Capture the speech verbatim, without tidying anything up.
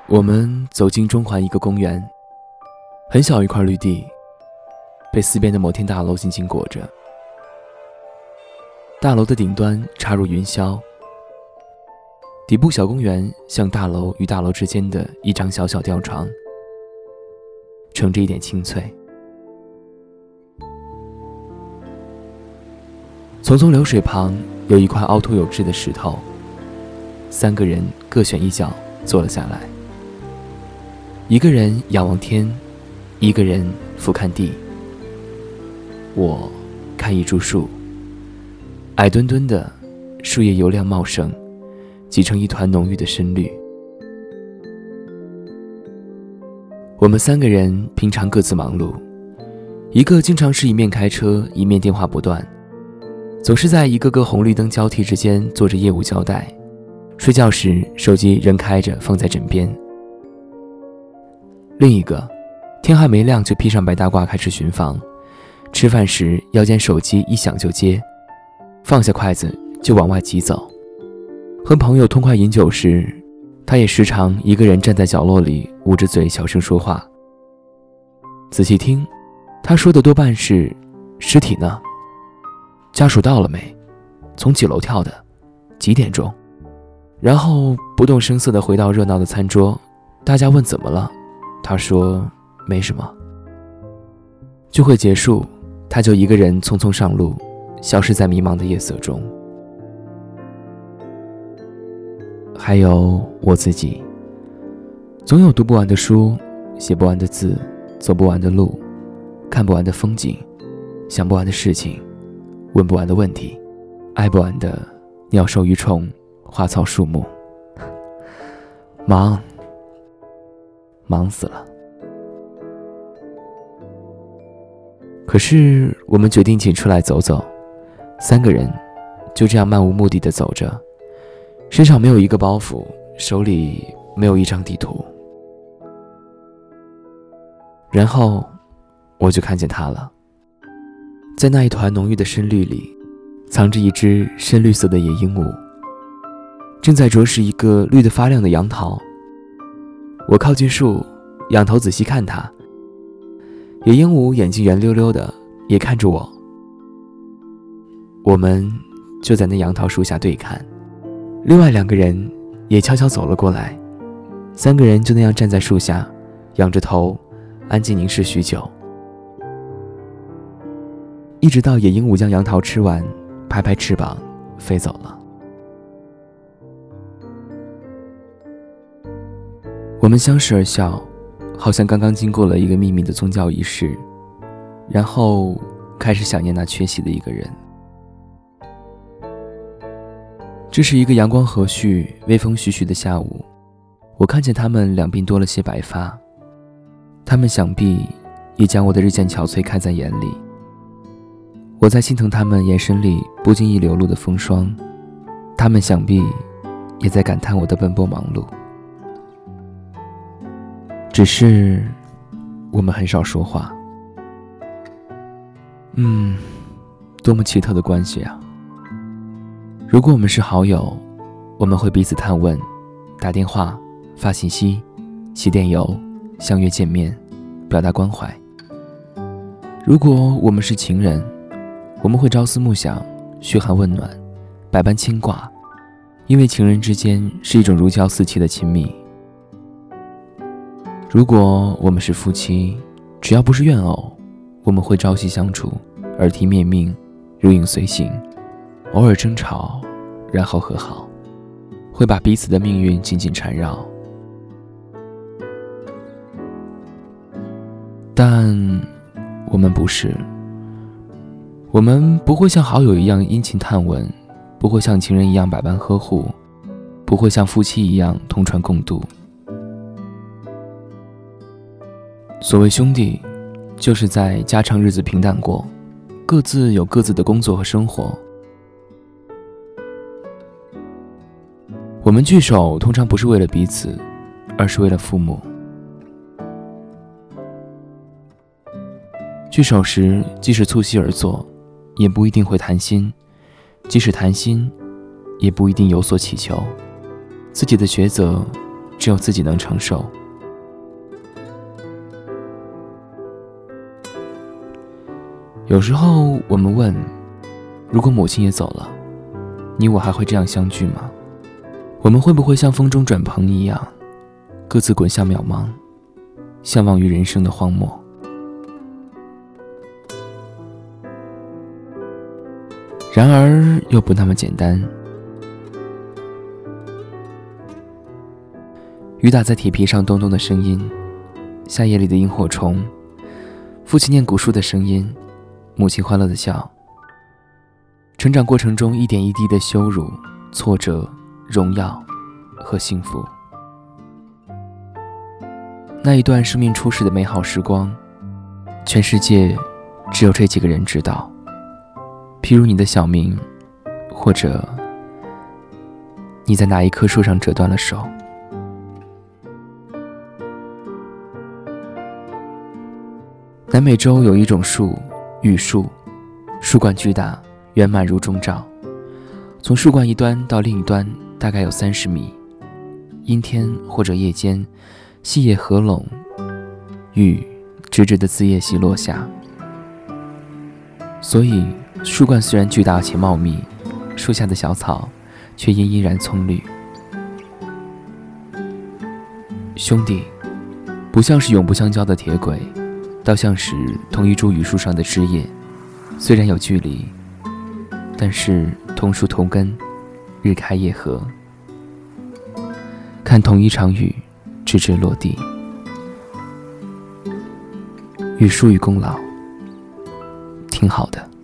我们走进中环一个公园，很小一块绿地，被四边的摩天大楼紧紧裹着。大楼的顶端插入云霄，底部小公园像大楼与大楼之间的一张小小吊床，盛着一点清脆。淙淙流水旁有一块凹凸有致的石头，三个人各选一角坐了下来，一个人仰望天，一个人俯瞰地。我看一株树，矮墩墩的，树叶油亮茂盛，挤成一团浓郁的深绿。我们三个人平常各自忙碌，一个经常是一面开车一面电话不断，总是在一个个红绿灯交替之间做着业务交代，睡觉时手机仍开着放在枕边。另一个天还没亮就披上白大褂开始巡房，吃饭时腰间手机一响就接，放下筷子就往外急走。和朋友痛快饮酒时，他也时常一个人站在角落里捂着嘴小声说话。仔细听，他说的多半是尸体呢？家属到了没？从几楼跳的？几点钟？然后不动声色地回到热闹的餐桌，大家问怎么了，他说没什么。聚会结束，他就一个人匆匆上路，消失在迷茫的夜色中。还有我自己，总有读不完的书，写不完的字，走不完的路，看不完的风景，想不完的事情，问不完的问题，爱不完的鸟兽鱼虫，花草树木。忙忙死了。可是我们决定请出来走走，三个人就这样漫无目的地走着，身上没有一个包袱，手里没有一张地图。然后我就看见他了，在那一团浓郁的深绿里，藏着一只深绿色的野鹦鹉，正在啄食一个绿得发亮的杨桃。我靠近树，仰头仔细看它，野鹦鹉眼睛圆溜溜的，也看着我。我们就在那杨桃树下对看，另外两个人也悄悄走了过来，三个人就那样站在树下，仰着头，安静凝视许久，一直到野鹦鹉将杨桃吃完，拍拍翅膀飞走了。我们相视而笑，好像刚刚经过了一个秘密的宗教仪式，然后开始想念那缺席的一个人。这是一个阳光和煦、微风徐徐的下午，我看见他们两鬓多了些白发，他们想必也将我的日渐憔悴看在眼里。我在心疼他们眼神里不经意流露的风霜，他们想必也在感叹我的奔波忙碌。只是我们很少说话。嗯，多么奇特的关系啊！如果我们是好友，我们会彼此探问，打电话，发信息，写电邮，相约见面，表达关怀。如果我们是情人，我们会朝思暮想，嘘寒问暖，百般牵挂，因为情人之间是一种如胶似漆的亲密。如果我们是夫妻，只要不是怨偶，我们会朝夕相处，耳提面命，如影随形，偶尔争吵，然后和好，会把彼此的命运紧紧缠绕。但我们不是，我们不会像好友一样殷勤探问，不会像情人一样百般呵护，不会像夫妻一样同船共度。所谓兄弟，就是在家常日子平淡过，各自有各自的工作和生活。我们聚首通常不是为了彼此，而是为了父母。聚首时，即使促膝而坐，也不一定会谈心，即使谈心，也不一定有所祈求。自己的抉择只有自己能承受。有时候我们问，如果母亲也走了，你我还会这样相聚吗？我们会不会像风中转蓬一样，各自滚向渺茫，相忘于人生的荒漠？然而又不那么简单。雨打在铁皮上咚咚的声音，夏夜里的萤火虫，父亲念古书的声音，母亲欢乐的笑。成长过程中一点一滴的羞辱、挫折、荣耀和幸福，那一段生命初始的美好时光，全世界只有这几个人知道。譬如你的小名，或者你在哪一棵树上折断了手。南美洲有一种树，榆树，树冠巨大，圆满如钟罩，从树冠一端到另一端大概有三十米。阴天或者夜间，细叶合拢，雨直直的自叶隙落下。所以树冠虽然巨大且茂密，树下的小草却阴阴然葱绿。兄弟，不像是永不相交的铁轨，倒像是同一株榆树上的枝叶，虽然有距离，但是同树同根，日开夜合，看同一场雨直直落地。榆树与功劳，挺好的。